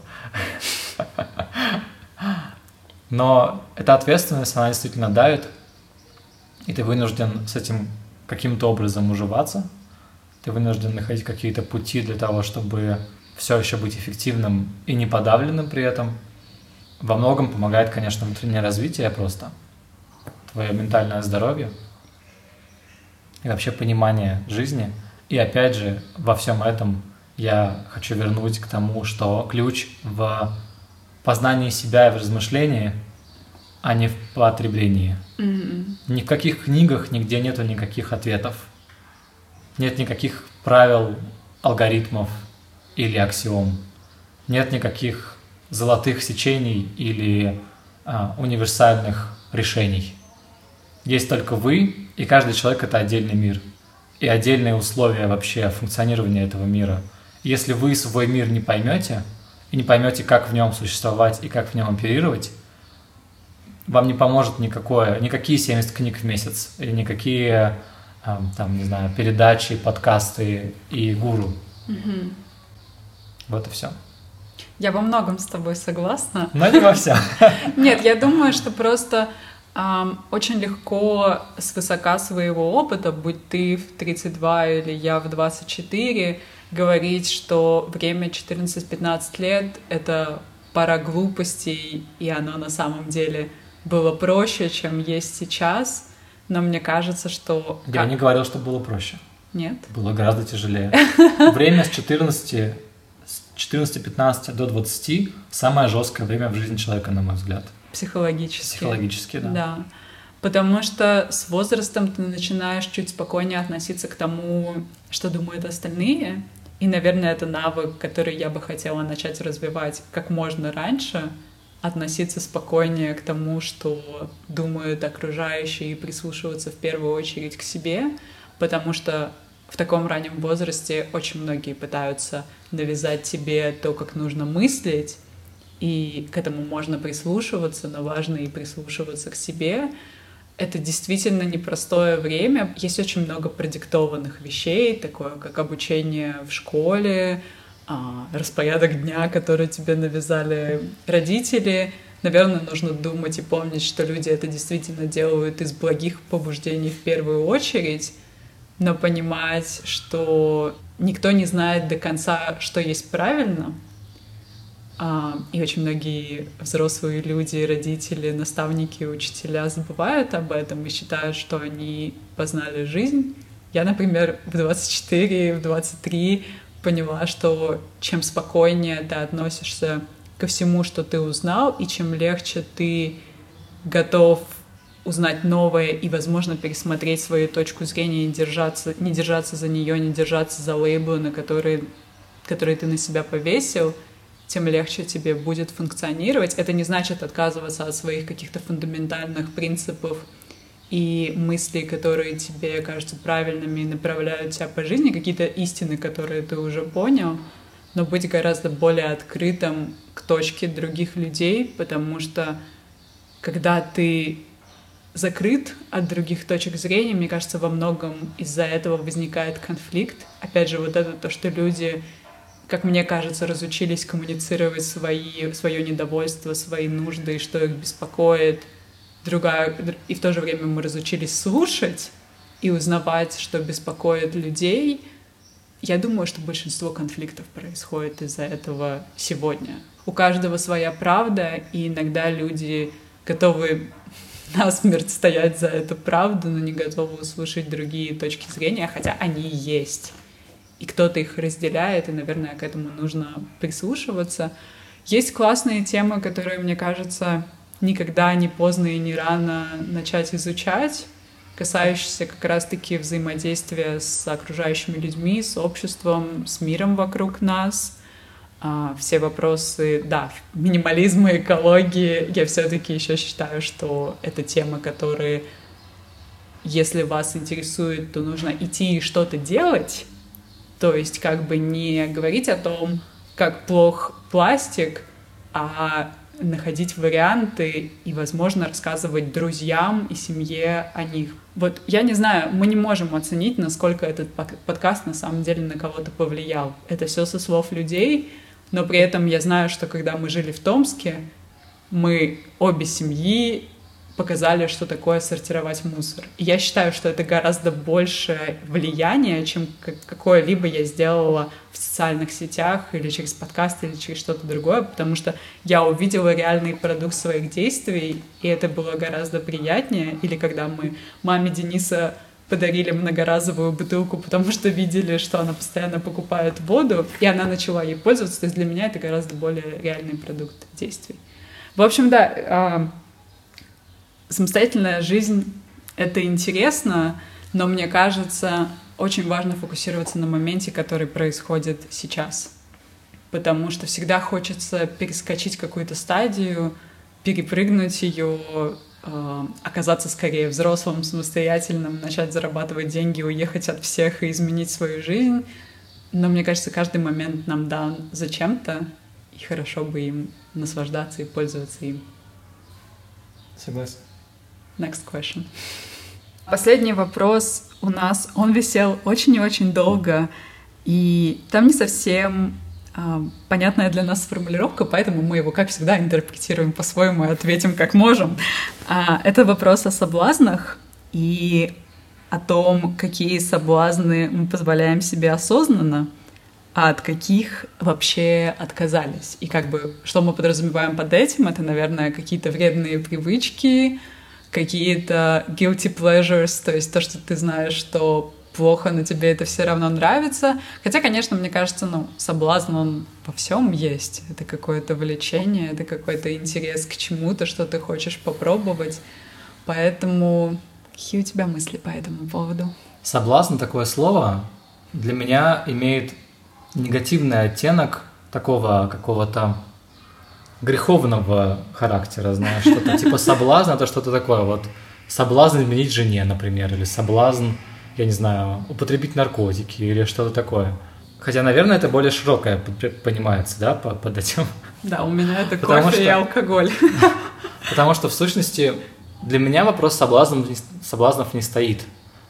Но эта ответственность, она действительно давит, и ты вынужден с этим каким-то образом уживаться. Ты вынужден находить какие-то пути для того, чтобы все еще быть эффективным и не подавленным при этом. Во многом помогает, конечно, внутреннее развитие просто, твое ментальное здоровье. и вообще понимание жизни. И опять же, во всем этом я хочу вернуть к тому, что ключ в познании себя и в размышлении, а не в потреблении. Mm-hmm. Ни в каких книгах нигде нету никаких ответов. Нет никаких правил, алгоритмов или аксиом. Нет никаких золотых сечений или а, универсальных решений. Есть только вы, и каждый человек — это отдельный мир. И отдельные условия вообще функционирования этого мира. Если вы свой мир не поймете, и не поймете, как в нем существовать и как в нем оперировать, вам не поможет никакое, никакие семьдесят книг в месяц, или никакие, там, не знаю, передачи, подкасты и гуру. Mm-hmm. Вот и все. Я во многом с тобой согласна. Но не во всем. Нет, я думаю, что просто эм, очень легко свысока своего опыта, будь ты в тридцать два или я в двадцать четыре, говорить, что время четырнадцать-пятнадцать лет — это пора глупостей, и оно на самом деле было проще, чем есть сейчас. Но мне кажется, что... Я как... не говорил, что было проще. Нет? Было гораздо тяжелее. Время с четырнадцати, с четырнадцати-пятнадцати до двадцати самое жесткое время в жизни человека, на мой взгляд. Психологически. Психологически, да. Да. Потому что с возрастом ты начинаешь чуть спокойнее относиться к тому, что думают остальные. И, наверное, это навык, который я бы хотела начать развивать как можно раньше, относиться спокойнее к тому, что думают окружающие, и прислушиваться в первую очередь к себе, потому что в таком раннем возрасте очень многие пытаются навязать тебе то, как нужно мыслить, и к этому можно прислушиваться, но важно и прислушиваться к себе. Это действительно непростое время. Есть очень много продиктованных вещей, такое как обучение в школе, распорядок дня, который тебе навязали родители. Наверное, нужно думать и помнить, что люди это действительно делают из благих побуждений в первую очередь, но понимать, что никто не знает до конца, что есть правильно. И очень многие взрослые люди, родители, наставники, учителя забывают об этом и считают, что они познали жизнь. Я, например, в двадцать четыре, в двадцать три поняла, что чем спокойнее ты относишься ко всему, что ты узнал, и чем легче ты готов узнать новое и, возможно, пересмотреть свою точку зрения и держаться, не держаться за нее, не держаться за лейблы, на которые, которые ты на себя повесил, тем легче тебе будет функционировать. Это не значит отказываться от своих каких-то фундаментальных принципов и мыслей, которые тебе кажутся правильными и направляют тебя по жизни, какие-то истины, которые ты уже понял, но быть гораздо более открытым к точке других людей, потому что когда ты закрыт от других точек зрения, мне кажется, во многом из-за этого возникает конфликт. Опять же, вот это то, что люди, как мне кажется, разучились коммуницировать свои, свое недовольство, свои нужды, что их беспокоит. Другая, и в то же время мы разучились слушать и узнавать, что беспокоит людей. Я думаю, что большинство конфликтов происходит из-за этого сегодня. У каждого своя правда, и иногда люди готовы насмерть стоять за эту правду, но не готовы услышать другие точки зрения, хотя они есть. И кто-то их разделяет, и, наверное, к этому нужно прислушиваться. Есть классные темы, которые, мне кажется, никогда не поздно и не рано начать изучать, касающиеся как раз-таки взаимодействия с окружающими людьми, с обществом, с миром вокруг нас. Все вопросы, да, минимализма, экологии, я все-таки еще считаю, что это темы, которые, если вас интересует, то нужно идти и что-то делать. То есть как бы не говорить о том, как плох пластик, а находить варианты и, возможно, рассказывать друзьям и семье о них. Вот я не знаю, мы не можем оценить, насколько этот подкаст на самом деле на кого-то повлиял. Это все со слов людей, но при этом я знаю, что когда мы жили в Томске, мы обе семьи показали, что такое сортировать мусор. И я считаю, что это гораздо большее влияние, чем какое-либо я сделала в социальных сетях или через подкаст, или через что-то другое, потому что я увидела реальный продукт своих действий, и это было гораздо приятнее. Или когда мы маме Дениса подарили многоразовую бутылку, потому что видели, что она постоянно покупает воду, и она начала ей пользоваться. То есть для меня это гораздо более реальный продукт действий. В общем, да, самостоятельная жизнь — это интересно, но мне кажется, очень важно фокусироваться на моменте, который происходит сейчас. Потому что всегда хочется перескочить какую-то стадию, перепрыгнуть ее, оказаться скорее взрослым, самостоятельным, начать зарабатывать деньги, уехать от всех и изменить свою жизнь. Но мне кажется, каждый момент нам дан зачем-то, и хорошо бы им наслаждаться и пользоваться им. Согласен. Next question. Последний вопрос у нас, он висел очень и очень долго, и там не совсем а, понятная для нас формулировка, поэтому мы его, как всегда, интерпретируем по-своему и ответим как можем. А, это вопрос о соблазнах и о том, какие соблазны мы позволяем себе осознанно, а от каких вообще отказались. И как бы, что мы подразумеваем под этим, это, наверное, какие-то вредные привычки, какие-то guilty pleasures, то есть то, что ты знаешь, что плохо, но тебе это все равно нравится. Хотя, конечно, мне кажется, ну, соблазн, он во всем есть. Это какое-то влечение, это какой-то интерес к чему-то, что ты хочешь попробовать. Поэтому какие у тебя мысли по этому поводу? Соблазн, такое слово, для меня имеет негативный оттенок такого какого-то греховного характера, знаешь, что-то типа соблазн, это что-то такое, вот соблазн изменить жене, например, или соблазн, я не знаю, употребить наркотики или что-то такое. Хотя, наверное, это более широкое понимается, да, под этим. Да, у меня это кофе что, и алкоголь. Потому что, в сущности, для меня вопрос соблазнов, соблазнов не стоит.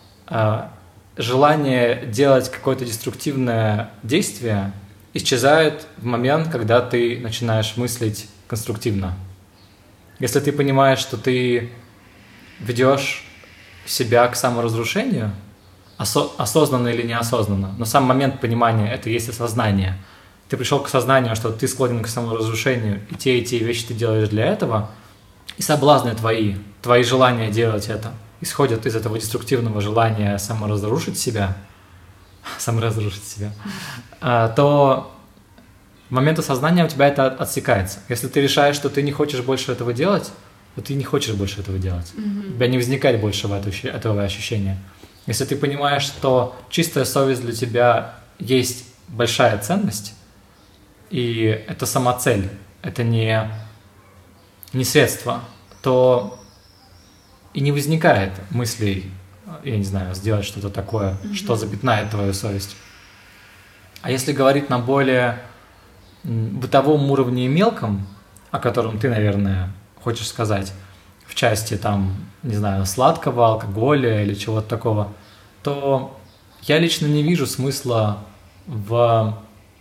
Желание делать какое-то деструктивное действие исчезает в момент, когда ты начинаешь мыслить конструктивно. Если ты понимаешь, что ты ведешь себя к саморазрушению, осо- осознанно или неосознанно, но сам момент понимания — это есть осознание. Ты пришел к сознанию, что ты склонен к саморазрушению, и те и те вещи ты делаешь для этого, и соблазны твои, твои желания делать это исходят из этого деструктивного желания саморазрушить себя, саморазрушить себя, то в момент осознания у тебя это отсекается. Если ты решаешь, что ты не хочешь больше этого делать, то ты не хочешь больше этого делать. Mm-hmm. У тебя не возникает больше этого ощущения. Если ты понимаешь, что чистая совесть для тебя есть большая ценность, и это сама цель, это не, не средство, то и не возникает мыслей, я не знаю, сделать что-то такое, mm-hmm. что запятнает твою совесть. А если говорить на более бытовом уровне и мелком, о котором ты, наверное, хочешь сказать, в части, там, не знаю, сладкого, алкоголя или чего-то такого, то я лично не вижу смысла в,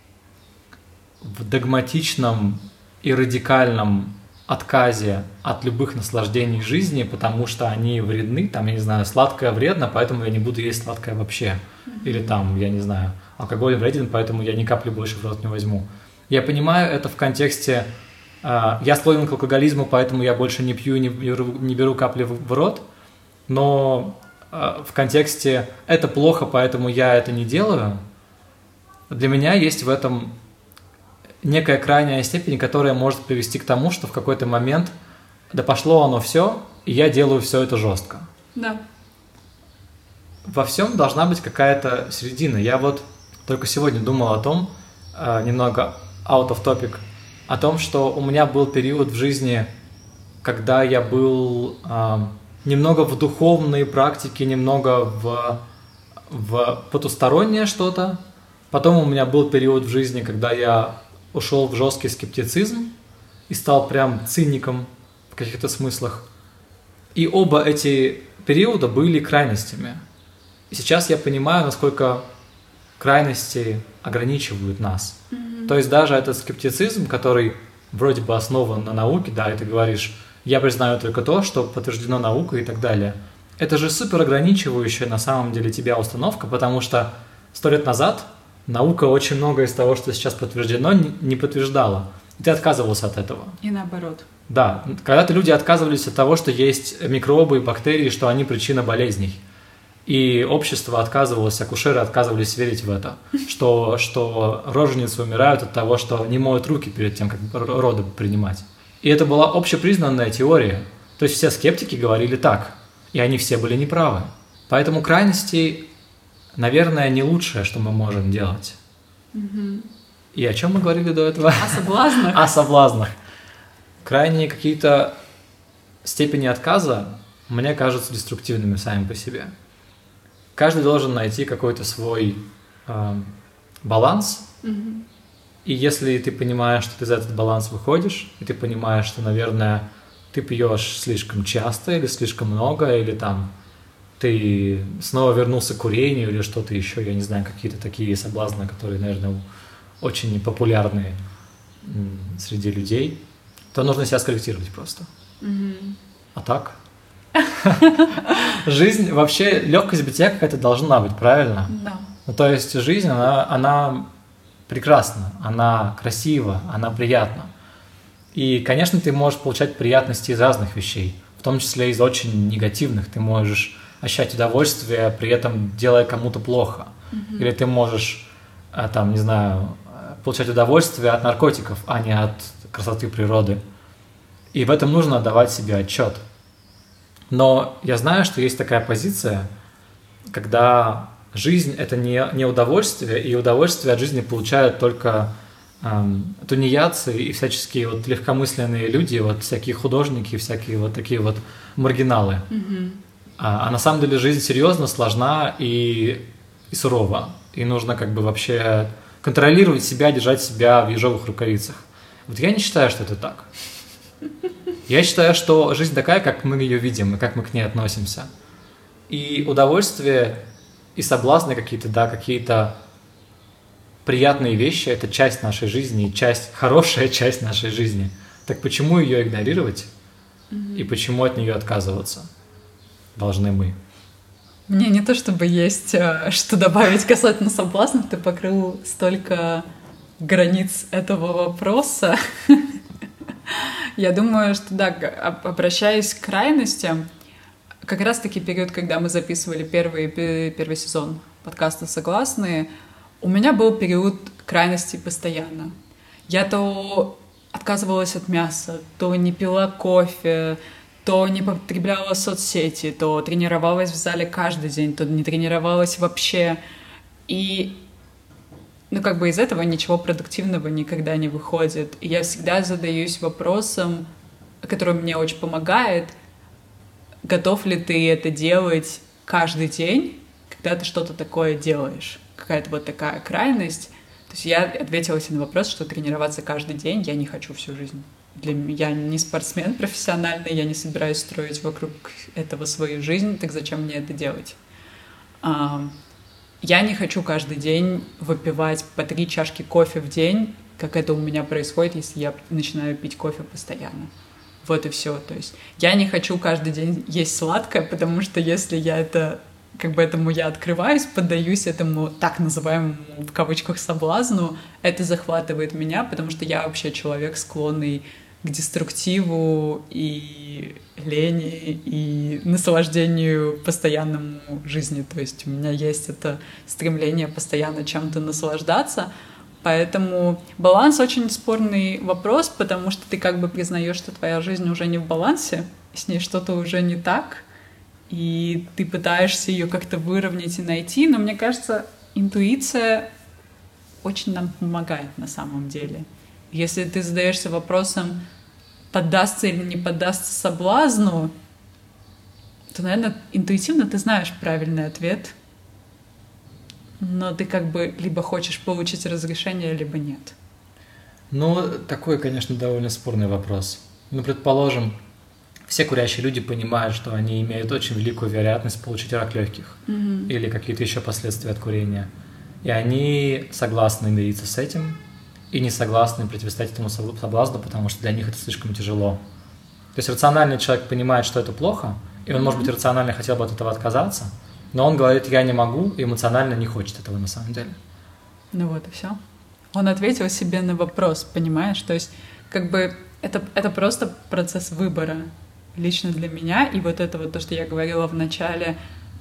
в догматичном и радикальном отказе от любых наслаждений жизни, потому что они вредны, там, я не знаю, сладкое вредно, поэтому я не буду есть сладкое вообще. Или там, я не знаю, алкоголь вреден, поэтому я ни капли больше в рот не возьму. Я понимаю это в контексте, э, я склонен к алкоголизму, поэтому я больше не пью, не беру, не беру капли в, в рот, но э, в контексте это плохо, поэтому я это не делаю, для меня есть в этом некая крайняя степень, которая может привести к тому, что в какой-то момент, да пошло оно все, и я делаю все это жестко. Да. Во всем должна быть какая-то середина. Я вот только сегодня думал о том, э, немного out of topic, о том, что у меня был период в жизни, когда я был э, немного в духовной практике, немного в, в потустороннее что-то. Потом у меня был период в жизни, когда я ушел в жесткий скептицизм и стал прям циником в каких-то смыслах. И оба эти периода были крайностями. И сейчас я понимаю, насколько крайности ограничивают нас. Mm-hmm. То есть даже этот скептицизм, который вроде бы основан на науке, да, и ты говоришь, я признаю только то, что подтверждено наукой и так далее. Это же супер ограничивающая на самом деле тебя установка, потому что сто лет назад наука очень много из того, что сейчас подтверждено, не подтверждала. И ты отказывался от этого. И наоборот. Да, когда-то люди отказывались от того, что есть микробы и бактерии, что они причина болезней. И общество отказывалось, акушеры отказывались верить в это, что, что роженицы умирают от того, что не моют руки перед тем, как роды принимать. И это была общепризнанная теория. То есть все скептики говорили так, и они все были неправы. Поэтому крайности, наверное, не лучшее, что мы можем делать. Угу. И о чем мы говорили до этого? О соблазнах. О соблазнах. Крайние какие-то степени отказа, мне кажутся деструктивными сами по себе. Каждый должен найти какой-то свой э, баланс. Угу. И если ты понимаешь, что ты за этот баланс выходишь, и ты понимаешь, что, наверное, ты пьешь слишком часто или слишком много, или там ты снова вернулся к курению или что-то еще, я не знаю, какие-то такие соблазны, которые, наверное, очень популярны среди людей, то нужно себя скорректировать просто. Mm-hmm. А так? Жизнь, вообще, легкость бытия какая-то должна быть, правильно? Да. Ну, то есть жизнь, она, она прекрасна, она красива, она приятна. И, конечно, ты можешь получать приятности из разных вещей, в том числе из очень негативных. Ты можешь ощущать удовольствие, при этом делая кому-то плохо. Mm-hmm. Или ты можешь, там, не знаю, получать удовольствие от наркотиков, а не от красоты природы. И в этом нужно отдавать себе отчет. Но я знаю, что есть такая позиция, когда жизнь – это не, не удовольствие, и удовольствие от жизни получают только эм, тунеядцы и всяческие вот легкомысленные люди, вот всякие художники, всякие вот такие вот маргиналы. Mm-hmm. А, а на самом деле жизнь серьезно, сложна и, и сурова. И нужно как бы вообще контролировать себя, держать себя в ежовых рукавицах. Вот я не считаю, что это так. Я считаю, что жизнь такая, как мы ее видим, и как мы к ней относимся. И удовольствие, и соблазны какие-то, да, какие-то приятные вещи – это часть нашей жизни, часть, хорошая часть нашей жизни. Так почему ее игнорировать? Mm-hmm. И почему от нее отказываться должны мы? Мне не то чтобы есть что добавить касательно соблазнов, ты покрыл столько границ этого вопроса. Я думаю, что да, обращаясь к крайностям, как раз-таки период, когда мы записывали первый, первый сезон подкаста «Согласные», у меня был период крайностей постоянно. Я то отказывалась от мяса, то не пила кофе, то не потребляла соцсети, то тренировалась в зале каждый день, то не тренировалась вообще. И ну, как бы из этого ничего продуктивного никогда не выходит. И я всегда задаюсь вопросом, который мне очень помогает, готов ли ты это делать каждый день, когда ты что-то такое делаешь. Какая-то вот такая крайность. То есть я ответила себе на вопрос, что тренироваться каждый день я не хочу всю жизнь. Для меня, я не спортсмен профессиональный, я не собираюсь строить вокруг этого свою жизнь, так зачем мне это делать? Я не хочу каждый день выпивать по три чашки кофе в день, как это у меня происходит, если я начинаю пить кофе постоянно. Вот и все. То есть я не хочу каждый день есть сладкое, потому что если я это, как бы этому я открываюсь, поддаюсь этому так называемому в кавычках соблазну, это захватывает меня, потому что я вообще человек, склонный к деструктиву и лени, и наслаждению постоянному жизни. То есть у меня есть это стремление постоянно чем-то наслаждаться. Поэтому баланс очень спорный вопрос, потому что ты как бы признаешь, что твоя жизнь уже не в балансе, с ней что-то уже не так, и ты пытаешься ее как-то выровнять и найти. Но мне кажется, интуиция очень нам помогает на самом деле. Если ты задаешься вопросом, поддастся или не поддастся соблазну, то, наверное, интуитивно ты знаешь правильный ответ, но ты как бы либо хочешь получить разрешение, либо нет. Ну, такой, конечно, довольно спорный вопрос. Ну, предположим, все курящие люди понимают, что они имеют очень великую вероятность получить рак легких mm-hmm. или какие-то еще последствия от курения. И они согласны мириться с этим, и не согласны противостоять этому соблазну, потому что для них это слишком тяжело. То есть рациональный человек понимает, что это плохо, и он, может быть, рационально хотел бы от этого отказаться, но он говорит, я не могу, и эмоционально не хочет этого на самом деле. Ну вот и все. Он ответил себе на вопрос, понимаешь? То есть как бы это, это просто процесс выбора лично для меня, и вот это вот то, что я говорила в начале,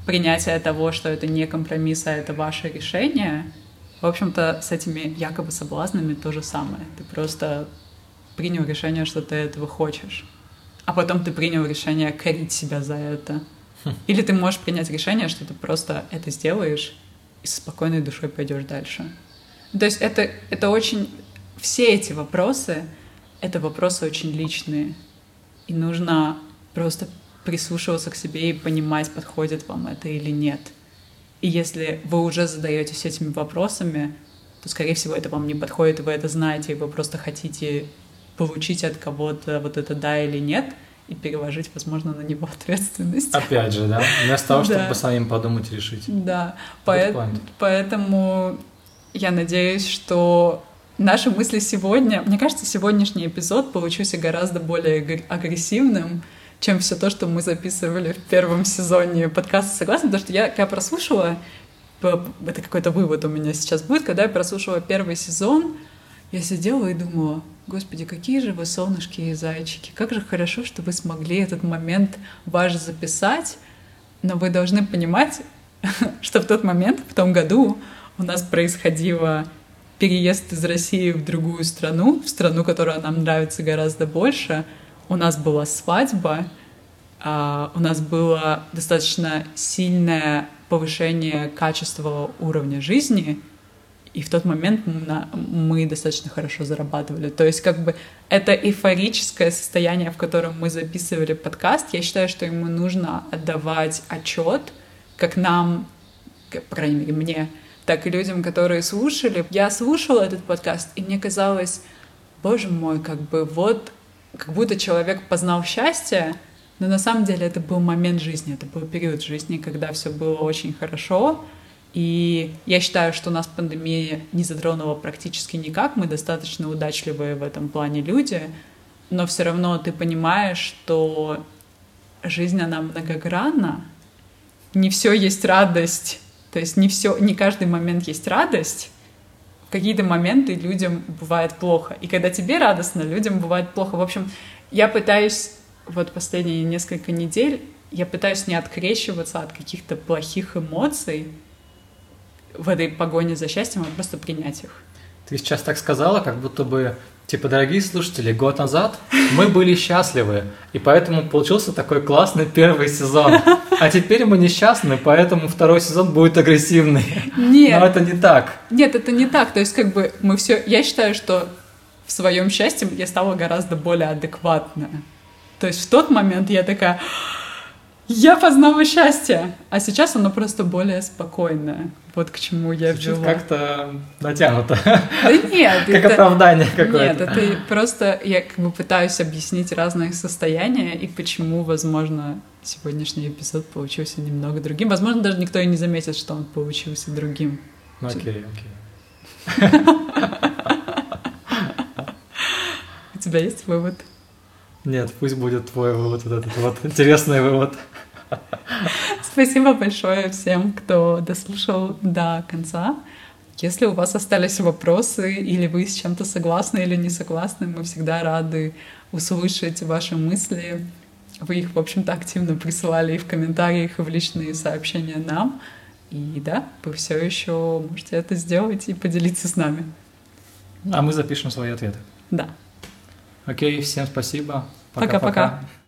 принятие того, что это не компромисс, а это ваше решение, в общем-то, с этими якобы соблазнами то же самое. Ты просто принял решение, что ты этого хочешь, а потом ты принял решение корить себя за это. Или ты можешь принять решение, что ты просто это сделаешь и со спокойной душой пойдешь дальше. То есть это, это очень... Все эти вопросы — это вопросы очень личные. И нужно просто прислушиваться к себе и понимать, подходит вам это или нет. И если вы уже задаетесь этими вопросами, то, скорее всего, это вам не подходит, и вы это знаете, и вы просто хотите получить от кого-то вот это «да» или «нет», и переложить, возможно, на него ответственность. Опять же, да? Вместо того, чтобы Да. самим подумать и решить. Да, Good Поэт- point. поэтому я надеюсь, что наши мысли сегодня... Мне кажется, сегодняшний эпизод получился гораздо более аг- агрессивным, чем все то, что мы записывали в первом сезоне подкаста «Согласна», потому что я, когда прослушала, п- это какой-то вывод у меня сейчас будет, когда я прослушала первый сезон, я сидела и думала: Господи, какие же вы солнышки и зайчики, как же хорошо, что вы смогли этот момент ваш записать, но вы должны понимать, что в тот момент, в том году, у нас происходило переезд из России в другую страну, в страну, которая нам нравится гораздо больше. У нас была свадьба, а, у нас было достаточно сильное повышение качества уровня жизни, и в тот момент мы, на- мы достаточно хорошо зарабатывали. То есть как бы это эйфорическое состояние, в котором мы записывали подкаст. Я считаю, что ему нужно отдавать отчет, как нам, как, по крайней мере, мне, так и людям, которые слушали. Я слушала этот подкаст, и мне казалось: боже мой, как бы вот, как будто человек познал счастье, но на самом деле это был момент жизни, это был период жизни, когда все было очень хорошо. И я считаю, что нас пандемия не затронула практически никак, мы достаточно удачливые в этом плане люди, но все равно ты понимаешь, что жизнь, она многогранна, не все есть радость, то есть не все, не каждый момент есть радость. В какие-то моменты людям бывает плохо, и когда тебе радостно, людям бывает плохо. В общем, я пытаюсь вот последние несколько недель, я пытаюсь не открещиваться от каких-то плохих эмоций в этой погоне за счастьем, а просто принять их. Ты сейчас так сказала, как будто бы, типа, дорогие слушатели, год назад мы были счастливы, и поэтому получился такой классный первый сезон. А теперь мы несчастны, поэтому второй сезон будет агрессивный. Нет. Но это не так. Нет, это не так. То есть, как бы мы все. Я считаю, что в своем счастье я стала гораздо более адекватная. То есть в тот момент я такая: я познала счастье, а сейчас оно просто более спокойное. Вот к чему я Звучит вела. как-то натянуто. Да нет, Как это... оправдание какое-то. Нет, это просто я как бы пытаюсь объяснить разные состояния и почему, возможно, сегодняшний эпизод получился немного другим. Возможно, даже никто и не заметит, что он получился другим. Ну, окей, окей. У тебя есть вывод? Нет, пусть будет твой вывод, вот этот вот интересный вывод. Спасибо большое всем, кто дослушал до конца. Если у вас остались вопросы, или вы с чем-то согласны или не согласны, мы всегда рады услышать ваши мысли. Вы их, в общем-то, активно присылали и в комментариях, и в личные сообщения нам. И да, вы все еще можете это сделать и поделиться с нами. А мы запишем свои ответы. Да. Окей, всем спасибо. Пока-пока.